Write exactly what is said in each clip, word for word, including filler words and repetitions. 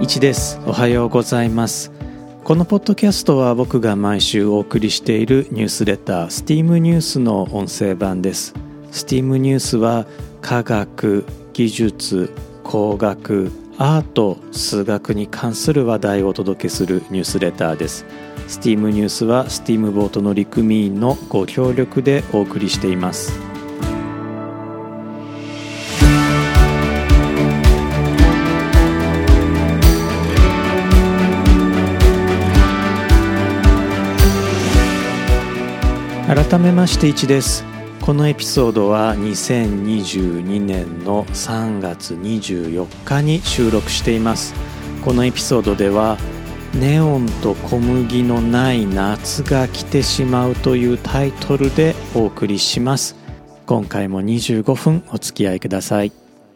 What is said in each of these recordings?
いちです。おはようございます。このポッドキャストは僕が毎週お送りしているニュースレター スティーム ニュースの音声版です。 スティーム ニュースは科学、技術、工学、アート、数学に関する話題をお届けするニュースレターです。 スティーム ニュースは スティーム ボートの陸務員のご協力でお送りしています。改めましていちです。このエピソードはにせんにじゅうにねんのさんがつにじゅうよっかに収録しています。このエピソードではネオンと小麦のない夏が来てしまうというタイトルでお送りします。今回もにじゅうごふんお付き合いください。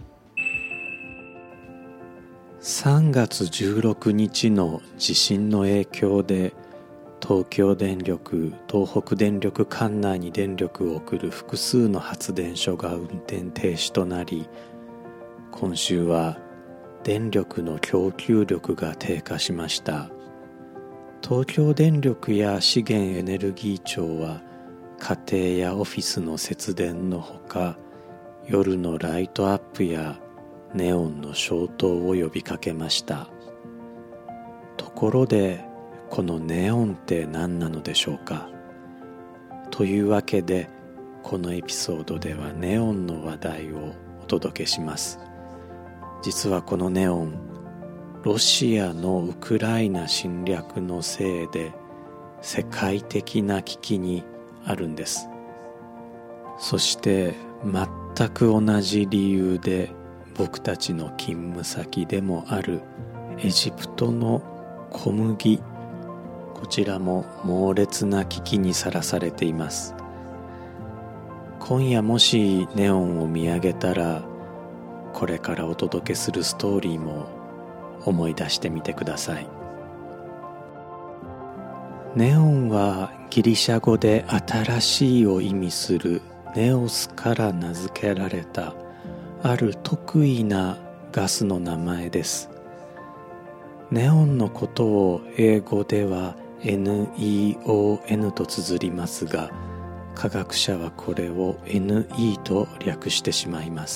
さんがつじゅうろくにちの地震の影響で東京電力、東北電力管内に電力を送る複数の発電所が運転停止となり、今週は電力の供給力が低下しました。東京電力や資源エネルギー庁は家庭やオフィスの節電のほか、夜のライトアップやネオンの消灯を呼びかけました。ところでこのネオンって何なのでしょうか。というわけでこのエピソードではネオンの話題をお届けします。実はこのネオン、ロシアのウクライナ侵略のせいで世界的な危機にあるんです。そして全く同じ理由で僕たちの勤務先でもあるエジプトの小麦、こちらも猛烈な危機にさらされています。今夜もしネオンを見上げたら、これからお届けするストーリーも思い出してみてください。ネオンはギリシャ語で新しいを意味するネオスから名付けられたある特異なガスの名前です。ネオンのことを英語ではエヌイーオーエヌ と綴りますが、科学者はこれを エヌイー と略してしまいます。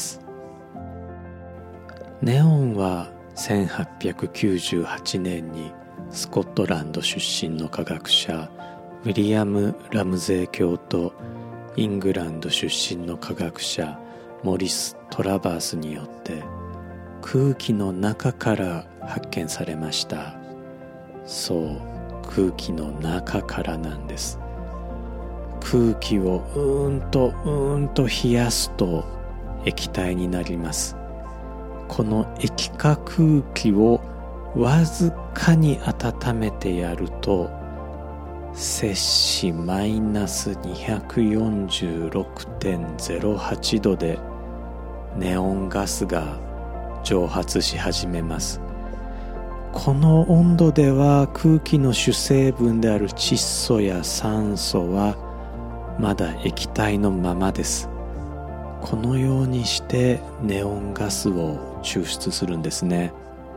ネオンはせんはっぴゃくきゅうじゅうはちねんにスコットランド出身の科学者ウィリアム・ラムゼー卿とイングランド出身の科学者モリス・トラバースによって空気の中から発見されました。そう、空気の中からなんです。空気をうーんとうーんと冷やすと液体になります。この液化空気をわずかに温めてやると摂氏マイナス にひゃくよんじゅうろくてんゼロはち 度でネオンガスが蒸発し始めます。この温度では空気の主成分である窒素や酸素はまだ液体のままです。このようにしてネオンガスを抽出するんですね。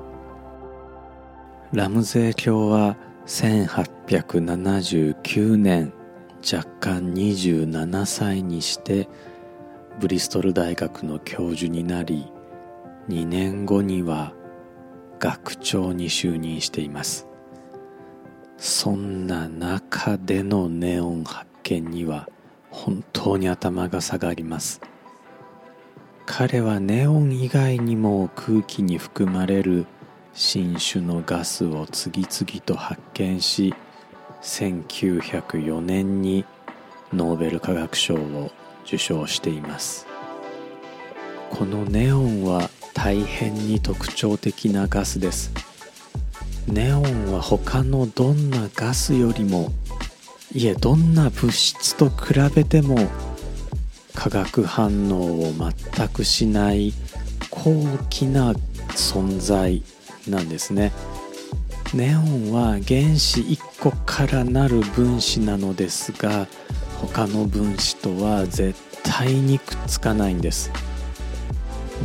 ラムゼー卿はせんはっぴゃくななじゅうきゅうねん、若干にじゅうななさいにしてブリストル大学の教授になり、にねんごには学長に就任しています。そんな中でのネオン発見には本当に頭が下がります。彼はネオン以外にも空気に含まれる新種のガスを次々と発見し、せんきゅうひゃくよねんにノーベル化学賞を受賞しています。このネオンは大変に特徴的なガスです。ネオンは他のどんなガスよりも、いえどんな物質と比べても化学反応を全くしない高貴な存在なんですね。ネオンは原子いっこからなる分子なのですが、他の分子とは絶対にくっつかないんです。ネオン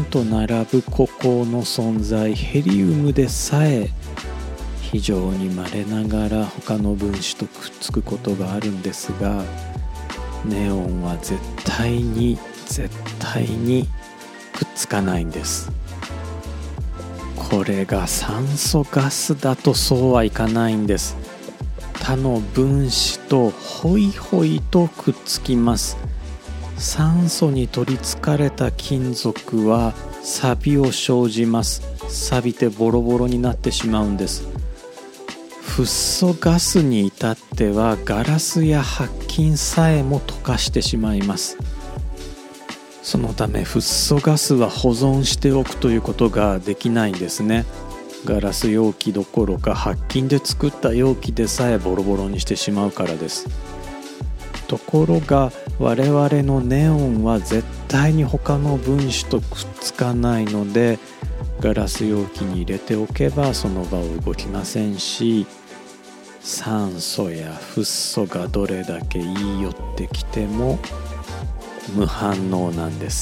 と並ぶ孤高の存在ヘリウムでさえ非常に稀ながら他の分子とくっつくことがあるんですが、ネオンは絶対に絶対にくっつかないんです。これが酸素ガスだとそうはいかないんです。他の分子とホイホイとくっつきます。酸素に取りつかれた金属は錆を生じます。錆びてボロボロになってしまうんです。フッ素ガスに至ってはガラスや白金さえも溶かしてしまいます。そのためフッ素ガスは保存しておくということができないんですね。ガラス容器どころか白金で作った容器でさえボロボロにしてしまうからです。ところが我々のネオンは絶対に他の分子とくっつかないので、ガラス容器に入れておけばその場を動きませんし、酸素やフッ素がどれだけ言い寄ってきても無反応なんです。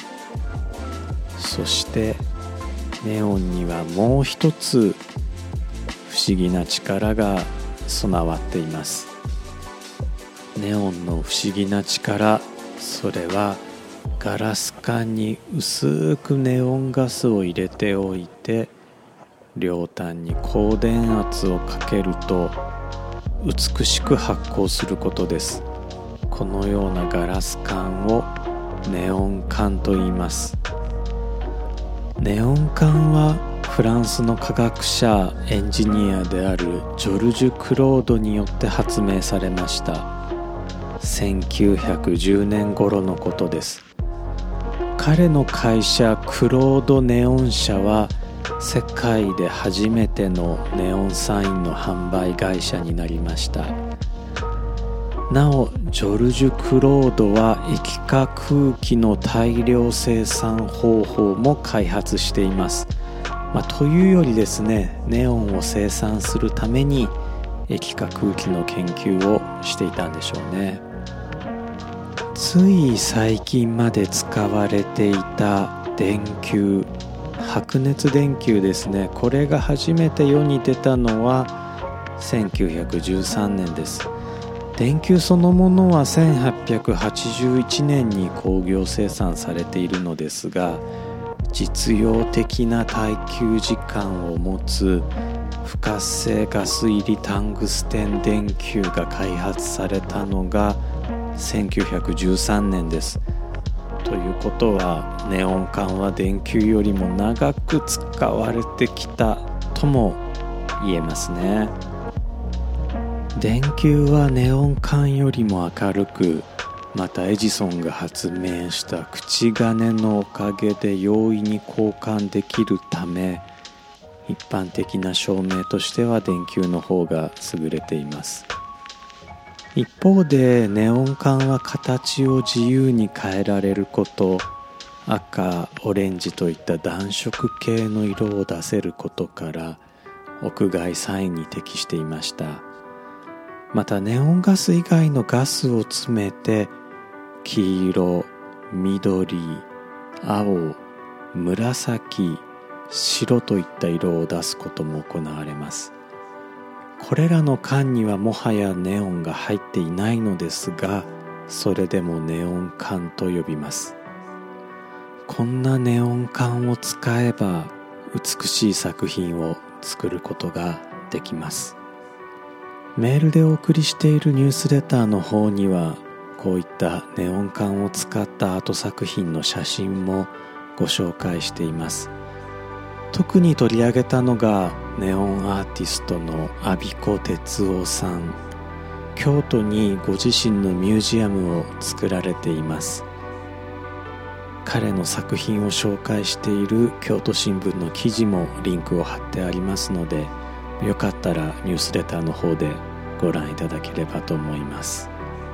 そしてネオンにはもう一つ不思議な力が備わっています。ネオンの不思議な力、それはガラス管に薄くネオンガスを入れておいて、両端に高電圧をかけると美しく発光することです。このようなガラス管をネオン管と言います。ネオン管はフランスの科学者エンジニアであるジョルジュ・クロードによって発明されました。せんきゅうひゃくじゅうねん頃のことです。彼の会社クロードネオン社は世界で初めてのネオンサインの販売会社になりました。なおジョルジュ・クロードは液化空気の大量生産方法も開発しています。まあ、というよりですね、ネオンを生産するために液化空気の研究をしていたんでしょうね。つい最近まで使われていた電球、白熱電球ですね、これが初めて世に出たのはせんきゅうひゃくじゅうさんねんです。電球そのものはせんはっぴゃくはちじゅういちねんに工業生産されているのですが、実用的な耐久時間を持つ不活性ガス入りタングステン電球が開発されたのがせんきゅうひゃくじゅうさんねんです。ということはネオン管は電球よりも長く使われてきたとも言えますね。電球はネオン管よりも明るく、またエジソンが発明した口金のおかげで容易に交換できるため、一般的な照明としては電球の方が優れています。一方でネオン管は形を自由に変えられること、赤、オレンジといった暖色系の色を出せることから屋外サインに適していました。またネオンガス以外のガスを詰めて黄色、緑、青、紫、白といった色を出すことも行われます。これらの管にはもはやネオンが入っていないのですが、それでもネオン管と呼びます。こんなネオン管を使えば美しい作品を作ることができます。メールでお送りしているニュースレターの方にはこういったネオン管を使ったアート作品の写真もご紹介しています。特に取り上げたのがネオンアーティストの安孫子哲夫さん。京都にご自身のミュージアムを作られています。彼の作品を紹介している京都新聞の記事もリンクを貼ってありますので、よかったらニュースレターの方でご覧いただければと思います。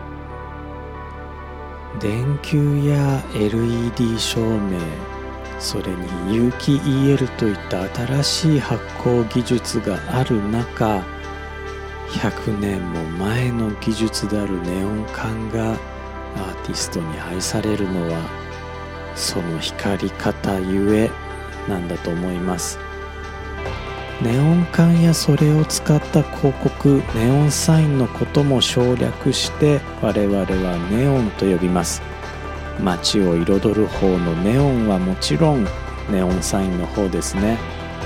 電球や エルイーディー 照明、それに有機 イーエル といった新しい発光技術がある中、ひゃくねんも前の技術であるネオン管がアーティストに愛されるのはその光り方ゆえなんだと思います。ネオン管やそれを使った広告、ネオンサインのことも省略して我々はネオンと呼びます。街を彩る方のネオンはもちろんネオンサインの方ですね。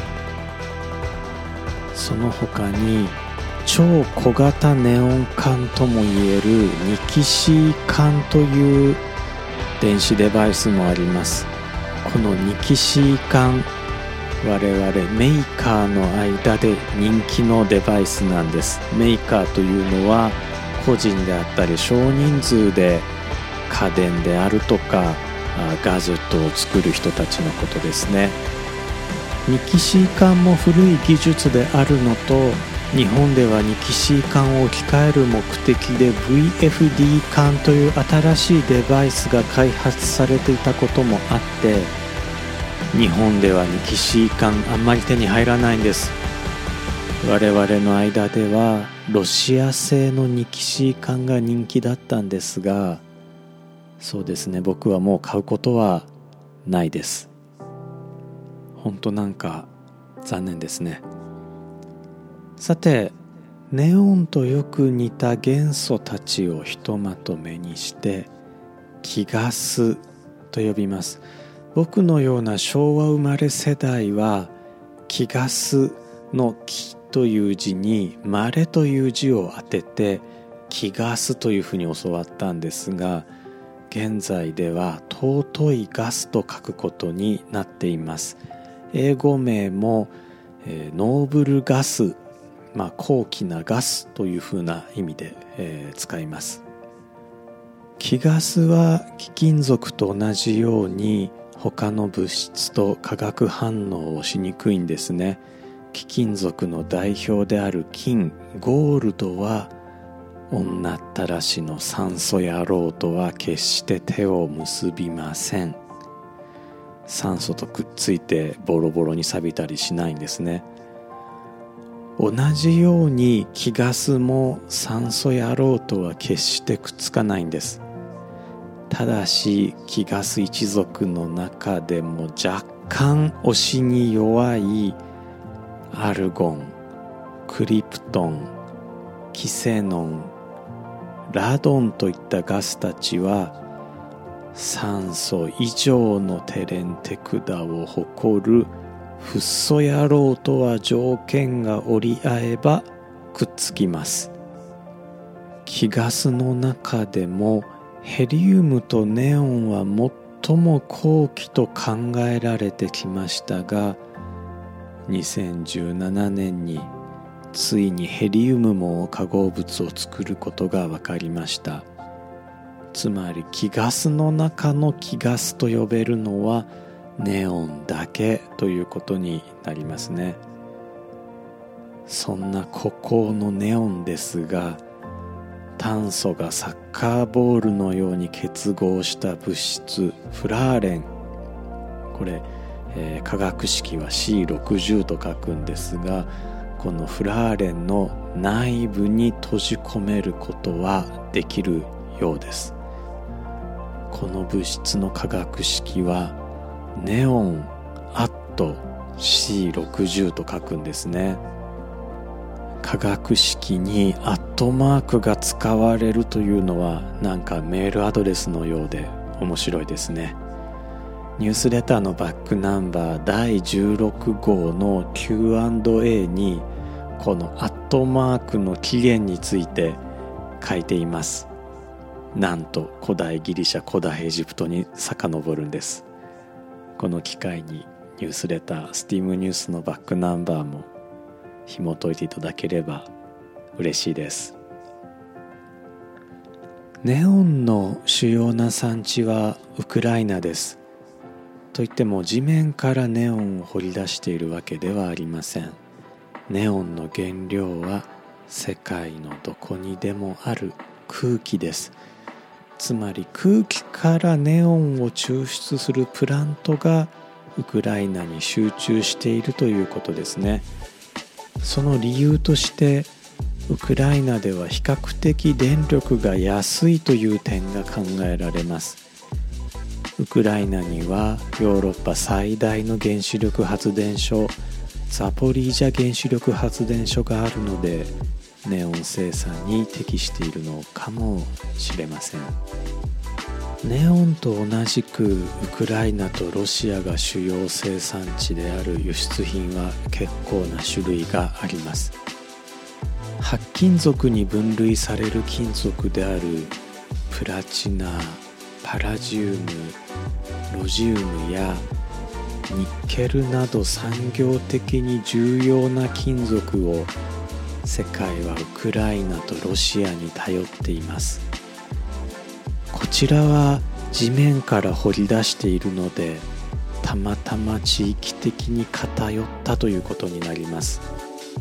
その他に超小型ネオン管ともいえるニキシー管という電子デバイスもあります。このニキシー管、我々メーカーの間で人気のデバイスなんです。メーカーというのは個人であったり少人数で家電であるとかガジェットを作る人たちのことですね。ニキシー管も古い技術であるのと、日本ではニキシー管を置き換える目的で ブイエフディー 管という新しいデバイスが開発されていたこともあって、日本ではニキシー管あんまり手に入らないんです。我々の間ではロシア製のニキシー管が人気だったんですが、そうですね、僕はもう買うことはないです。本当なんか残念ですね。さて、ネオンとよく似た元素たちをひとまとめにして気ガスと呼びます。僕のような昭和生まれ世代は気ガスの気という字に稀という字を当てて気ガスというふうに教わったんですが、現在では尊いガスと書くことになっています。英語名も、えー、ノーブルガス、まあ、高貴なガスというふうな意味で、えー、使います。気ガスは貴金属と同じように他の物質と化学反応をしにくいんですね。貴金属の代表である金、ゴールドは女ったらしの酸素野郎とは決して手を結びません。酸素とくっついてボロボロに錆びたりしないんですね。同じように気ガスも酸素野郎とは決してくっつかないんです。ただし気ガス一族の中でも若干押しに弱いアルゴン、クリプトン、キセノン、ラドンといったガスたちは酸素以上のテレンテクダを誇るフッ素野郎とは条件が折り合えばくっつきます。気ガスの中でもヘリウムとネオンは最も高貴と考えられてきましたが、にせんじゅうななねんについにヘリウムも化合物を作ることが分かりました。つまり気ガスの中の気ガスと呼べるのはネオンだけということになりますね。そんな孤高のネオンですが、炭素がサッカーボールのように結合した物質フラーレン、これ、えー、化学式は シーろくじゅう と書くんですが、このフラーレンの内部に閉じ込めることはできるようです。この物質の化学式はネオンアット シーろくじゅう と書くんですね。化学式にアットマークが使われるというのはなんかメールアドレスのようで面白いですね。ニュースレターのバックナンバーだいじゅうろくごうの キューアンドエー にこのアットマークの起源について書いています。なんと古代ギリシャ、古代エジプトに遡るんです。この機会にニュースレター、スティームニュースのバックナンバーも紐解いていただければ嬉しいです。ネオンの主要な産地はウクライナです。といっても地面からネオンを掘り出しているわけではありません。ネオンの原料は世界のどこにでもある空気です。つまり空気からネオンを抽出するプラントがウクライナに集中しているということですね。その理由としてウクライナでは比較的電力が安いという点が考えられます。 ウクライナにはヨーロッパ最大の原子力発電所ザポリージャ原子力発電所があるので、ネオン生産に適しているのかもしれません。ネオンと同じくウクライナとロシアが主要生産地である輸出品は結構な種類があります。白金属に分類される金属であるプラチナ、パラジウム、ロジウムやニッケルなど産業的に重要な金属を世界はウクライナとロシアに頼っています。こちらは地面から掘り出しているので、たまたま地域的に偏ったということになります。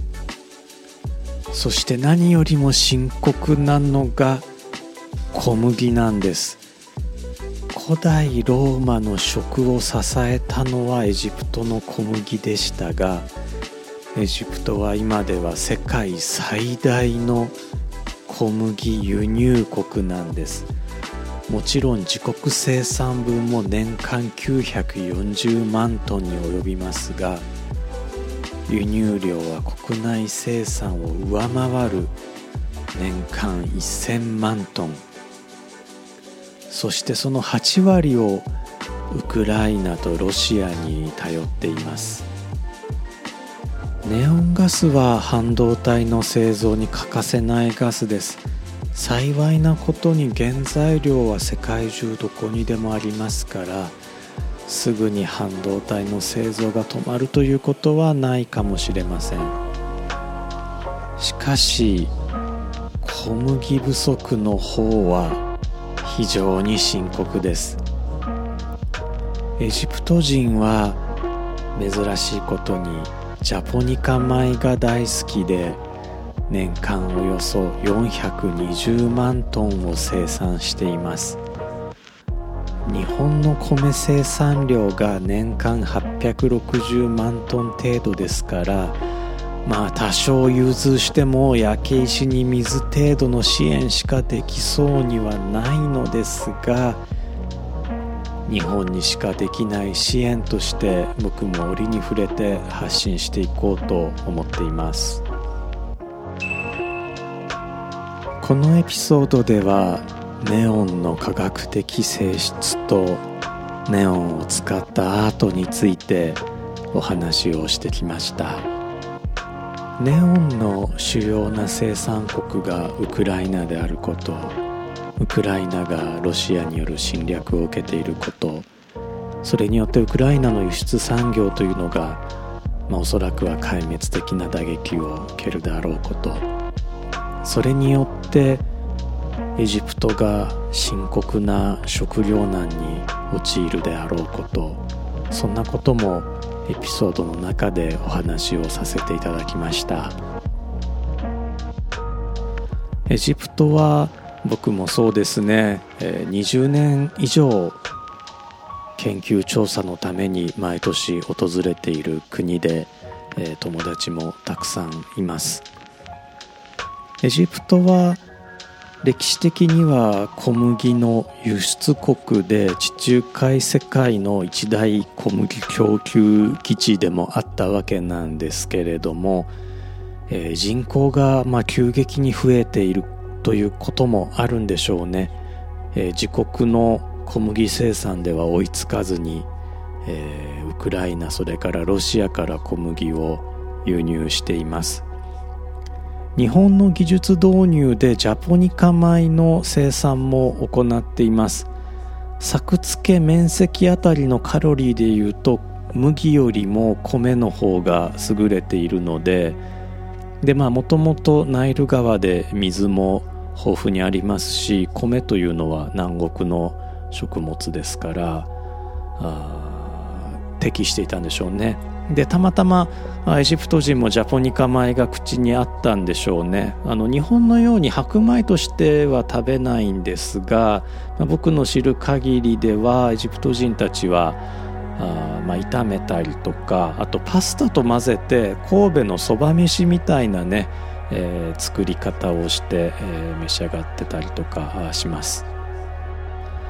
そして何よりも深刻なのが小麦なんです。古代ローマの食を支えたのはエジプトの小麦でしたが、エジプトは今では世界最大の小麦輸入国なんです。もちろん自国生産分も年間きゅうひゃくよんじゅうまんトンに及びますが、輸入量は国内生産を上回る年間せんまんトン。そしてそのはちわりをウクライナとロシアに頼っています。ネオンガスは半導体の製造に欠かせないガスです。幸いなことに原材料は世界中どこにでもありますから、すぐに半導体の製造が止まるということはないかもしれません。しかし小麦不足の方は非常に深刻です。エジプト人は珍しいことにジャポニカ米が大好きで、年間およそよんひゃくにじゅうまんトンを生産しています。日本の米生産量が年間はっぴゃくろくじゅうまんトン程度ですから、まあ多少融通しても焼け石に水程度の支援しかできそうにはないのですが、日本にしかできない支援として僕も折に触れて発信していこうと思っています。このエピソードではネオンの科学的性質とネオンを使ったアートについてお話をしてきました。ネオンの主要な生産国がウクライナであること、ウクライナがロシアによる侵略を受けていること、それによってウクライナの輸出産業というのが、まあ、おそらくは壊滅的な打撃を受けるであろうこと、それによってエジプトが深刻な食糧難に陥るであろうこと、そんなこともエピソードの中でお話をさせていただきました。エジプトは僕もそうですね、にじゅうねん以上研究調査のために毎年訪れている国で、友達もたくさんいます。エジプトは歴史的には小麦の輸出国で、地中海世界の一大小麦供給基地でもあったわけなんですけれども、えー、人口がまあ急激に増えているということもあるんでしょうね。えー、自国の小麦生産では追いつかずに、えー、ウクライナそれからロシアから小麦を輸入しています。日本の技術導入でジャポニカ米の生産も行っています。作付け面積あたりのカロリーでいうと麦よりも米の方が優れているので、でまあもともとナイル川で水も豊富にありますし、米というのは南国の食物ですから、あ適していたんでしょうね。でたまたまエジプト人もジャポニカ米が口にあったんでしょうね。あの日本のように白米としては食べないんですが、僕の知る限りではエジプト人たちはあ、まあ、炒めたりとか、あとパスタと混ぜて神戸のそば飯みたいなね、えー、作り方をして、えー、召し上がってたりとかします。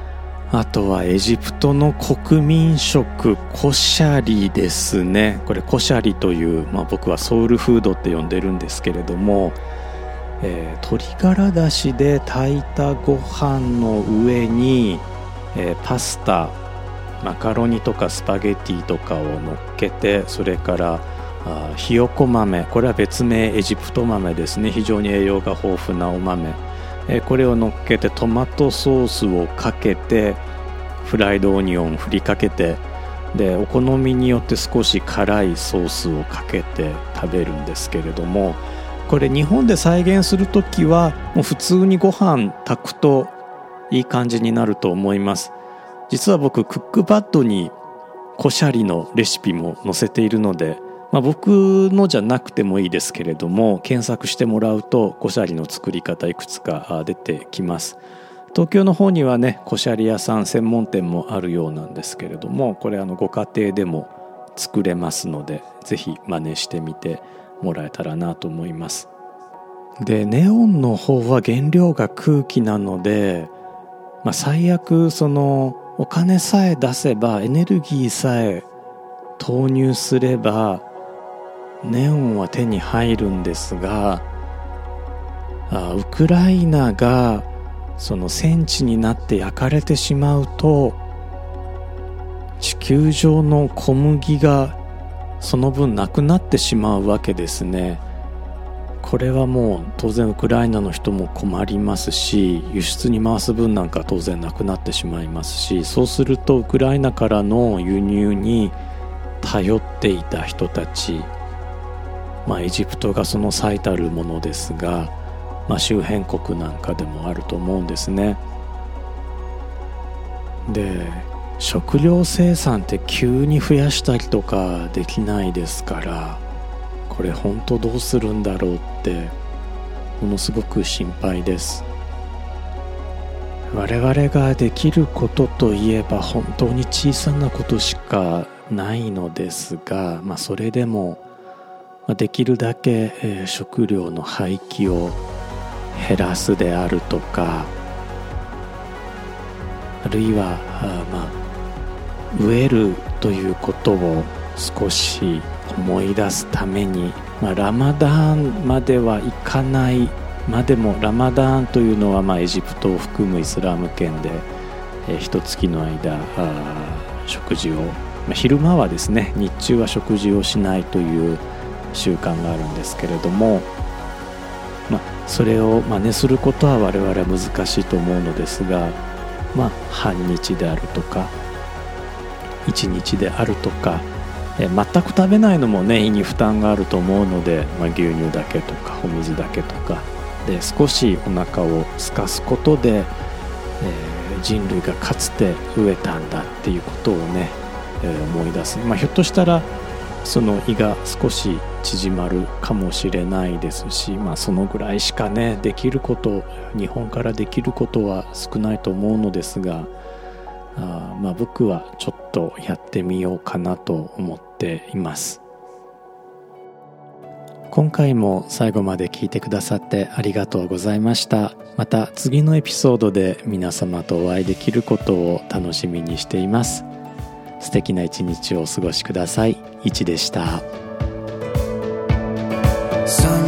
あとはエジプトの国民食コシャリですね。これコシャリという、まあ、僕はソウルフードって呼んでるんですけれども、えー、鶏ガラだしで炊いたご飯の上に、えー、パスタ、マカロニとかスパゲティとかを乗っけて、それからあひよこ豆、これは別名エジプト豆ですね。非常に栄養が豊富なお豆、えー、これを乗っけてトマトソースをかけて、フライドオニオン振りかけて、でお好みによって少し辛いソースをかけて食べるんですけれども、これ日本で再現するときはもう普通にご飯炊くといい感じになると思います。実は僕クックパッドにコシャリのレシピも載せているので、まあ、僕のじゃなくてもいいですけれども、検索してもらうとコシャリの作り方いくつか出てきます。東京の方にはね、コシャリ屋さん専門店もあるようなんですけれども、これあのご家庭でも作れますので、ぜひ真似してみてもらえたらなと思います。でネオンの方は原料が空気なので、まあ、最悪そのお金さえ出せば、エネルギーさえ投入すればネオンは手に入るんですが、あウクライナがその戦地になって焼かれてしまうと、地球上の小麦がその分なくなってしまうわけですね。これはもう当然ウクライナの人も困りますし、輸出に回す分なんか当然なくなってしまいますし、そうするとウクライナからの輸入に頼っていた人たち、まあエジプトがその最たるものですが、まあ、周辺国なんかでもあると思うんですね。で食料生産って急に増やしたりとかできないですから、これ本当どうするんだろうってものすごく心配です。我々ができることといえば本当に小さなことしかないのですが、まあ、それでもできるだけ、えー、食料の廃棄を減らすであるとか、あるいはあまあ飢えるということを少し思い出すために、まあ、ラマダーンまではいかないまでも、ラマダーンというのはまあエジプトを含むイスラム圏でえー、一月の間食事を、まあ、昼間はですね、日中は食事をしないという習慣があるんですけれども、まあ、それを真似することは我々は難しいと思うのですが、まあ、半日であるとか一日であるとか、え全く食べないのもね、胃に負担があると思うので、まあ、牛乳だけとかお水だけとかで少しお腹を空かすことで、えー、人類がかつて飢えたんだっていうことをね、えー、思い出す、まあ、ひょっとしたらその胃が少し縮まるかもしれないですし、まあ、そのぐらいしかねできること、日本からできることは少ないと思うのですが、あまあ僕はちょっとやってみようかなと思っています。今回も最後まで聞いてくださってありがとうございました。また次のエピソードで皆様とお会いできることを楽しみにしています。素敵な一日をお過ごしください。いちでした。